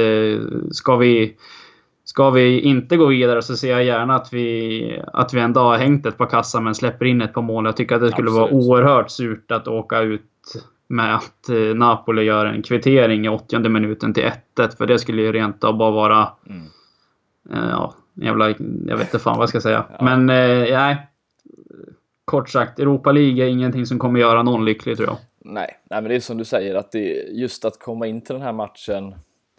ska vi inte gå vidare, så ser jag gärna att vi ändå har hängt ett par kassar men släpper in ett par mål. Jag tycker att det skulle vara oerhört surt att åka ut med att Napoli gör en kvittering i 80:e minuten till 1-1, för det skulle ju rent av bara vara jag vet inte fan vad jag ska säga. Men nej, kort sagt, Europa League är ingenting som kommer göra någon lycklig, tror jag. Nej, men det är som du säger, att det just att komma in till den här matchen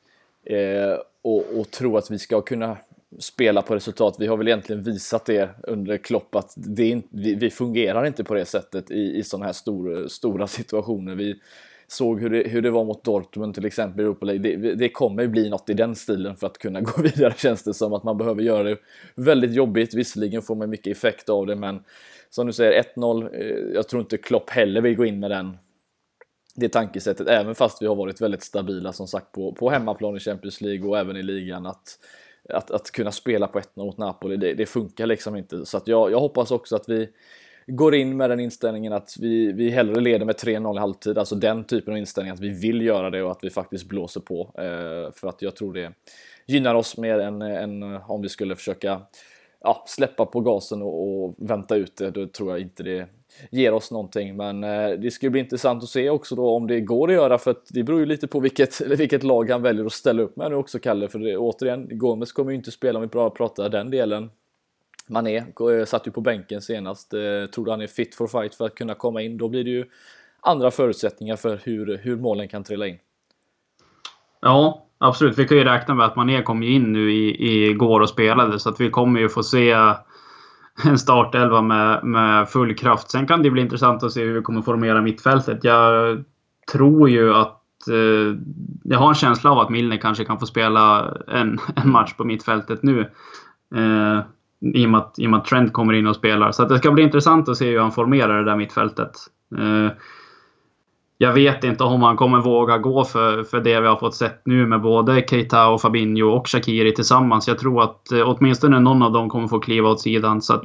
och tro att vi ska kunna spela på resultat. Vi har väl egentligen visat det under Klopp att vi fungerar inte på det sättet i sådana här stora situationer. Vi såg hur det var mot Dortmund till exempel i Europa League. Det kommer ju bli något i den stilen för att kunna gå vidare, känns det som att man behöver göra det väldigt jobbigt. Visserligen får man mycket effekt av det, men som du säger, 1-0, jag tror inte Klopp heller vill gå in med det tankesättet, även fast vi har varit väldigt stabila som sagt på hemmaplan i Champions League och även i ligan, att kunna spela på 1-0 mot Napoli, det funkar liksom inte. Så att jag hoppas också att vi går in med den inställningen att vi hellre leder med 3-0 i halvtid, alltså den typen av inställning att vi vill göra det och att vi faktiskt blåser på, för att jag tror det gynnar oss mer än om vi skulle försöka släppa på gasen och vänta ut det. Då tror jag inte det ger oss någonting, men det ska bli intressant att se också då om det går att göra, för att det beror ju lite på vilket lag han väljer att ställa upp med nu också, Kalle, för det, återigen, Gomes kommer ju inte spela om vi bara pratar den delen. Mané satt ju på bänken senast, tror han är fit for fight för att kunna komma in, då blir det ju andra förutsättningar för hur målen kan trilla in. Ja, absolut. Vi kan ju räkna med att Mané kom ju in nu igår och spelade, så att vi kommer ju få se en startelva med full kraft. Sen kan det bli intressant att se hur vi kommer formera mittfältet. Jag tror ju att jag har en känsla av att Milner kanske kan få spela en match på mittfältet nu. I och med att Trent kommer in och spelar. Så att det ska bli intressant att se hur han formerar det där mittfältet. Jag vet inte om han kommer våga gå för det vi har fått sett nu med både Keita och Fabinho och Shaqiri tillsammans. Jag tror att åtminstone någon av dem kommer få kliva åt sidan. Så att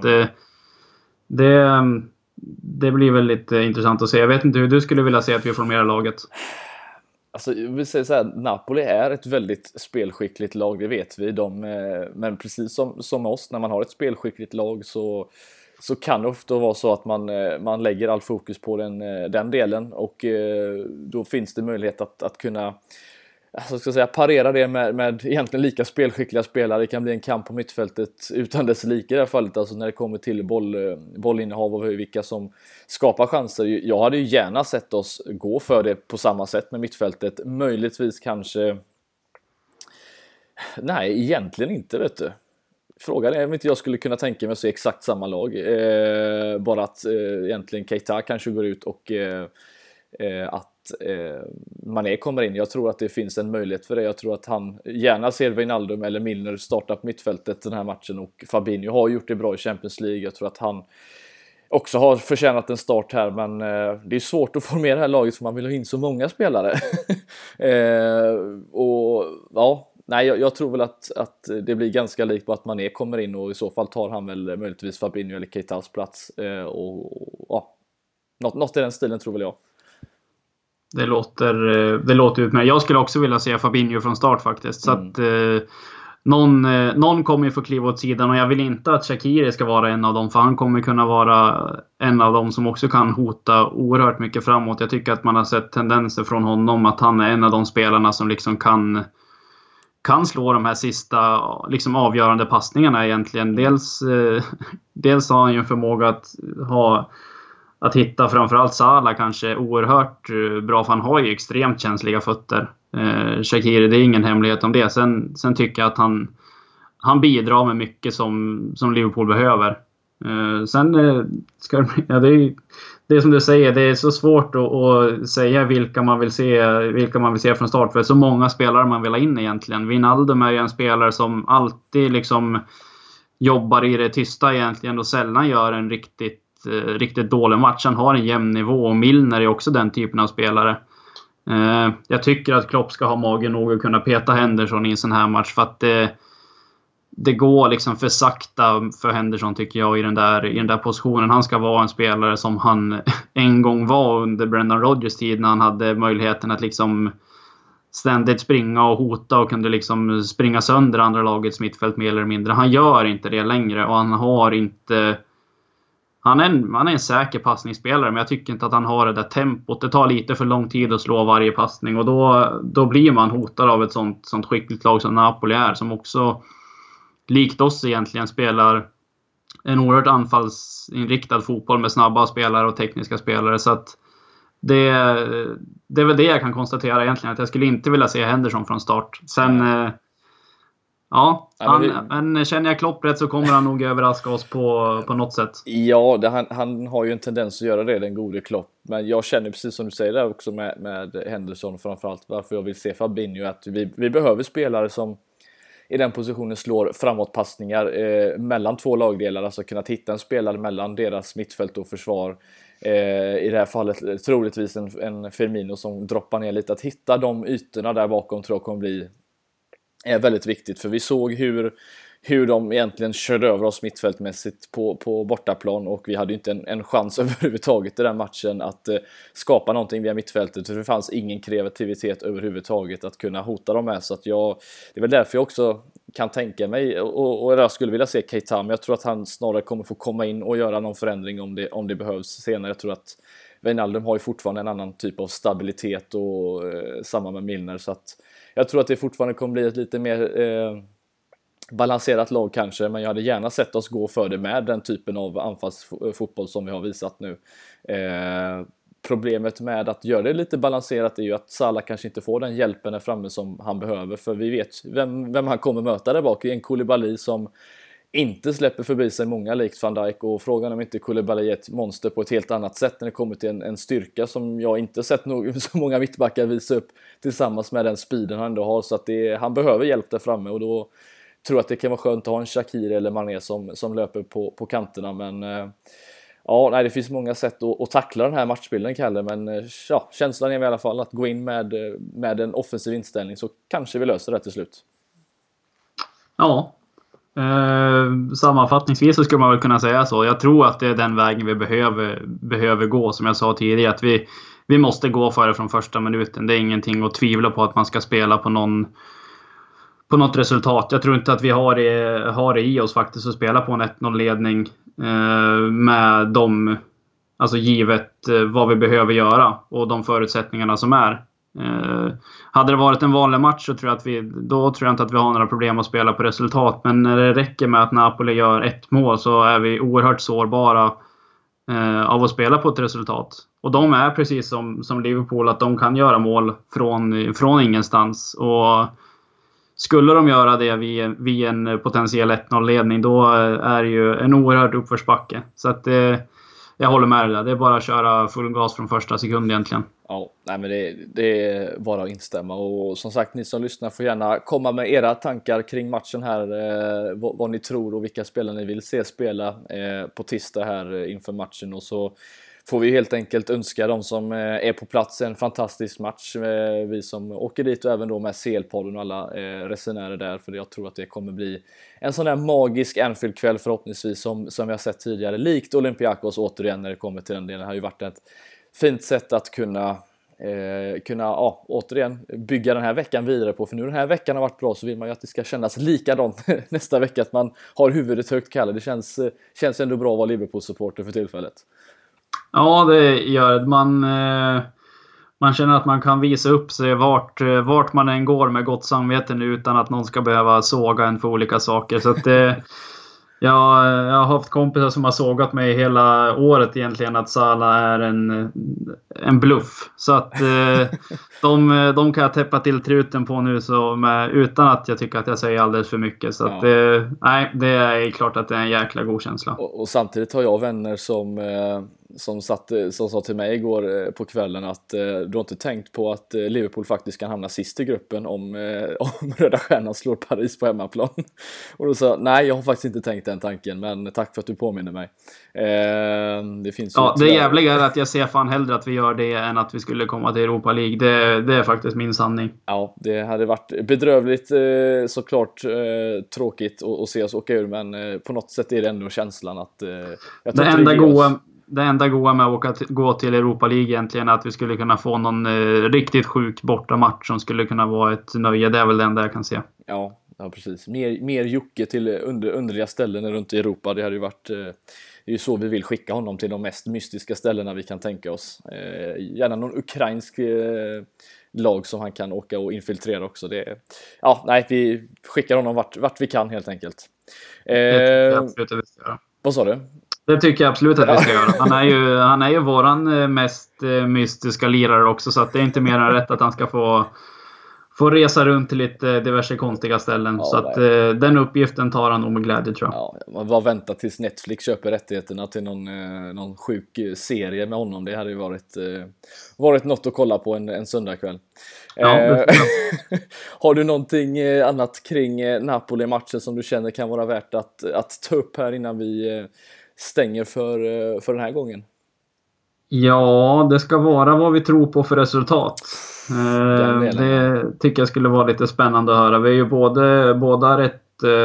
det blir väl lite intressant att se. Jag vet inte hur du skulle vilja se att vi formerar laget. Alltså, jag vill säga så här, Napoli är ett väldigt spelskickligt lag, det vet vi. Men precis som oss, när man har ett spelskickligt lag så kan det ofta vara så att man lägger all fokus på den delen, och då finns det möjlighet att kunna, alltså ska säga, parera det med egentligen lika spelskickliga spelare. Det kan bli en kamp på mittfältet utan dess like i det här fallet, alltså när det kommer till bollinnehav och vilka som skapar chanser. Jag hade ju gärna sett oss gå för det på samma sätt med mittfältet. Möjligtvis kanske nej, egentligen inte, vet du. Frågan är om inte jag skulle kunna tänka mig att se exakt samma lag. Bara att egentligen Keita kanske går ut och att Mané kommer in. Jag tror att det finns en möjlighet för det. Jag tror att han gärna ser Wijnaldum eller Milner starta på mittfältet den här matchen, och Fabinho har gjort det bra i Champions League. Jag tror att han också har förtjänat en start här, men det är svårt att formera det här laget för man vill ha in så många spelare. Och ja, nej, jag tror väl att det blir ganska likt på att Mané kommer in, och i så fall tar han väl möjligtvis Fabinho eller Keitas plats, och ja, något i den stilen tror väl jag. Det låter ut med. Jag skulle också vilja se Fabinho från start faktiskt. Så att någon kommer ju få kliva åt sidan, och jag vill inte att Shaqiri ska vara en av dem, för han kommer kunna vara en av dem som också kan hota oerhört mycket framåt. Jag tycker att man har sett tendenser från honom att han är en av de spelarna som liksom kan kan slå de här sista liksom avgörande passningarna egentligen. Dels har han ju en förmåga att hitta framförallt Salah kanske oerhört bra, för han har ju extremt känsliga fötter. Shaqiri, det är ingen hemlighet om det. Sen tycker jag att han bidrar med mycket som Liverpool behöver. Det är som du säger, det är så svårt att säga vilka man vill se från start, för det är så många spelare man vill ha in egentligen. Wijnaldum är ju en spelare som alltid liksom jobbar i det tysta egentligen och sällan gör en riktigt dålig match. Han har en jämn nivå, och Milner är också den typen av spelare. Jag tycker att Klopp ska ha magen nog att kunna peta Henderson i en sån här match, för att det går liksom för sakta för Henderson, tycker jag, i den där positionen. Han ska vara en spelare som han en gång var under Brendan Rodgers tid, när han hade möjligheten att liksom ständigt springa och hota och kunde liksom springa sönder andra lagets mittfält mer eller mindre. Han gör inte det längre, och han är en säker passningsspelare, men jag tycker inte att han har det där tempot. Det tar lite för lång tid att slå varje passning, och då blir man hotad av ett sånt skickligt lag som Napoli är, som också likt oss egentligen spelar en oerhört anfallsinriktad fotboll med snabba spelare och tekniska spelare. Så att det är väl det jag kan konstatera egentligen, att jag skulle inte vilja se Henderson från start. Sen men känner jag Klopp rätt så kommer han nog överraska oss på något sätt. Ja, han har ju en tendens att göra det, den gode Klopp. Men jag känner precis som du säger där också med Henderson framförallt, varför jag vill se Fabinho, att vi behöver spelare som i den positionen slår framåtpassningar mellan två lagdelar, alltså kunna hitta en spelare mellan deras mittfält och försvar. I det här fallet troligtvis en Firmino som droppar ner lite. Att hitta de ytorna där bakom tror jag kommer är väldigt viktigt, för vi såg hur de egentligen körde över oss mittfältmässigt på bortaplan, och vi hade ju inte en chans överhuvudtaget i den matchen att skapa någonting via mittfältet, för det fanns ingen kreativitet överhuvudtaget att kunna hota dem med. Så att det är väl därför jag också kan tänka mig, och jag skulle vilja se Keita, men jag tror att han snarare kommer få komma in och göra någon förändring om det behövs senare. Jag tror att Wijnaldum har ju fortfarande en annan typ av stabilitet, och samma med Milner, så att jag tror att det fortfarande kommer bli ett lite mer balanserat lag kanske, men jag hade gärna sett oss gå för det med den typen av anfallsfotboll som vi har visat nu. Problemet med att göra det lite balanserat är ju att Salah kanske inte får den hjälpen där framme som han behöver, för vi vet vem han kommer möta där bak. En Koulibaly som inte släpper förbi sig många likt Van Dijk, och frågan om inte Koulibaly är ett monster på ett helt annat sätt när det kommer till en styrka som jag inte sett så många mittbackar visa upp tillsammans med den speeden han ändå har. Så att han behöver hjälp där framme, och då tror jag att det kan vara skönt att ha en Shaqiri eller Mané som löper på kanterna. Men det finns många sätt att tackla den här matchbilden, Kalle, men känslan är i alla fall att gå in med en offensiv inställning, så kanske vi löser det till slut. Ja. Sammanfattningsvis så skulle man väl kunna säga så. Jag tror att det är den vägen vi behöver gå, som jag sa tidigare, att vi måste gå för det från första minuten. Det är ingenting att tvivla på att man ska spela på något resultat. Jag tror inte att vi har det i oss faktiskt att spela på en 1-0-ledning med dem, alltså givet vad vi behöver göra och de förutsättningarna som är. Hade det varit en vanlig match så tror jag inte att vi har några problem att spela på resultat, men när det räcker med att Napoli gör ett mål så är vi oerhört sårbara av att spela på ett resultat. Och de är precis som Liverpool, att de kan göra mål från ingenstans, och skulle de göra det vid en potentiell 1-0-ledning, då är det ju en oerhört uppförsbacke. Så att jag håller med dig. Det är bara att köra full gas från första sekund egentligen. Ja, men det är bara att instämma. Och som sagt, ni som lyssnar får gärna komma med era tankar kring matchen här. Vad ni tror och vilka spelare ni vill se spela på tisdag här inför matchen. Och så får vi helt enkelt önska de som är på plats en fantastisk match. Vi som åker dit, och även då med CL-podden och alla resenärer där. För jag tror att det kommer bli en sån här magisk Anfield-kväll förhoppningsvis som vi har sett tidigare. Likt Olympiakos återigen när det kommer till den delen. Det har ju varit ett fint sätt att kunna återigen bygga den här veckan vidare på. För nu den här veckan har varit bra, så vill man ju att det ska kännas likadant nästa vecka. Att man har huvudet högt, Kalle. Det känns ändå bra att vara Liverpool-supporter för tillfället. Ja, det gör det. man känner att man kan visa upp sig vart man än går med gott samvete nu, utan att någon ska behöva såga en för olika saker. Så att jag har haft kompisar som har sågat mig hela året egentligen att Salah är en bluff. Så att de kan jag täppa till truten på nu utan att jag tycker att jag säger alldeles för mycket. Så att, nej, det är klart att det är en jäkla god känsla. Och samtidigt har jag vänner som sa till mig igår på kvällen att du har inte tänkt på att Liverpool faktiskt kan hamna sist i gruppen om Röda Stjärnan slår Paris på hemmaplan. Och då sa jag, nej, jag har faktiskt inte tänkt den tanken, men tack för att du påminner mig. Det finns det jävliga är att jag ser fan hellre att vi gör det än att vi skulle komma till Europa League. Det är faktiskt min sanning. Ja, det hade varit bedrövligt, såklart tråkigt att se oss åka ur, men på något sätt är det ändå känslan att det enda goda med att gå till Europa League egentligen är att vi skulle kunna få någon riktigt sjuk bortamatch som skulle kunna vara ett nöje. Det är väl det enda jag kan se. Ja, precis. Mer Jocke till underliga ställen runt i Europa. Det hade ju varit... Det är ju så vi vill skicka honom till de mest mystiska ställena vi kan tänka oss. Gärna någon ukrainsk lag som han kan åka och infiltrera också. Vi skickar honom vart vi kan helt enkelt. Vad sa du? Det tycker jag absolut att vi ska göra. Han är ju våran mest mystiska lirare också, så att det är inte mer än rätt att han ska få resa runt till lite diverse konstiga ställen. Ja, så att den uppgiften tar han nog med glädje, tror jag. Ja, man bara väntar tills Netflix köper rättigheterna till någon sjuk serie med honom. Det hade ju varit något att kolla på en söndagkväll. Ja, har du någonting annat kring Napoli-matchen som du känner kan vara värt att ta upp här innan vi stänger för den här gången? Ja, det ska vara vad vi tror på för resultat. Det tycker jag skulle vara lite spännande att höra. Vi är ju båda rätt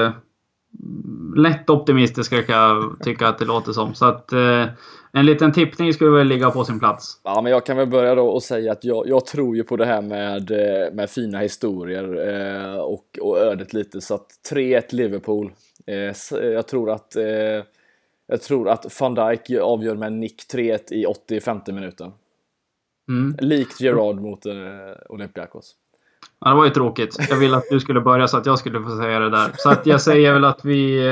lätt optimistiska, kan jag tycka att det låter som. Så att en liten tippning skulle väl ligga på sin plats. Ja, men jag kan väl börja då och säga att jag tror ju på det här med fina historier och ödet lite. Så att 3-1 Liverpool. Jag tror att Van Dijk avgör med nick 3-1 i 85:e minuten. Likt Gerrard mot Olympiakos. Ja, det var ju tråkigt. Jag ville att du skulle börja så att jag skulle få säga det där. Så att jag säger väl att vi...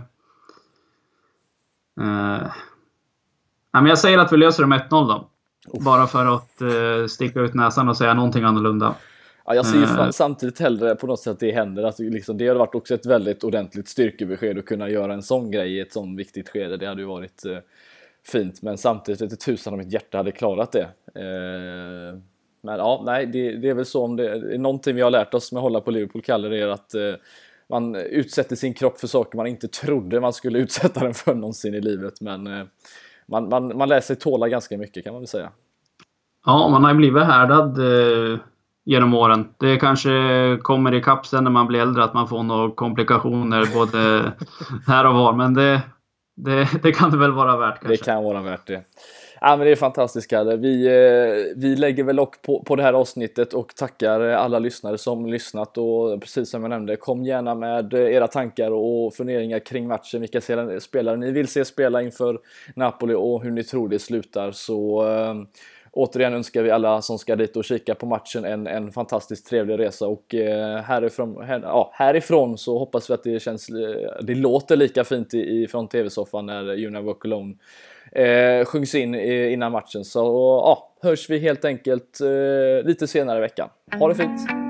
men jag säger att vi löser det med 1-0 då. Bara för att sticka ut näsan och säga någonting annorlunda. Ja, jag ser ju samtidigt hellre på något sätt att det händer. Att liksom, det hade varit också ett väldigt ordentligt styrkebesked att kunna göra en sån grej i ett sån viktigt skede. Det hade ju varit fint. Men samtidigt är det tusan om mitt hjärta hade klarat det. Men ja, nej, det är väl så om det är någonting vi har lärt oss med att hålla på Liverpool, Kalle, det är att man utsätter sin kropp för saker man inte trodde man skulle utsätta den för någonsin i livet. Men man lär sig tåla ganska mycket, kan man väl säga. Ja, man har ju blivit härdad genom åren. Det kanske kommer i kapp sen när man blir äldre att man får några komplikationer både här och var. Men det kan det väl vara värt kanske. Det kan vara värt det. Ja, men det är fantastiskt, Kalle. Vi lägger väl lock på det här avsnittet och tackar alla lyssnare som lyssnat. Och precis som jag nämnde, kom gärna med era tankar och funderingar kring matchen. Vilka spelare ni vill se spela inför Napoli och hur ni tror det slutar. Så återigen önskar vi alla som ska dit och kika på matchen en fantastiskt trevlig resa. Och härifrån så hoppas vi att det låter lika fint från tv-soffan när You Never Walk Alone sjungs in innan matchen. Så hörs vi helt enkelt lite senare i veckan. Ha det fint!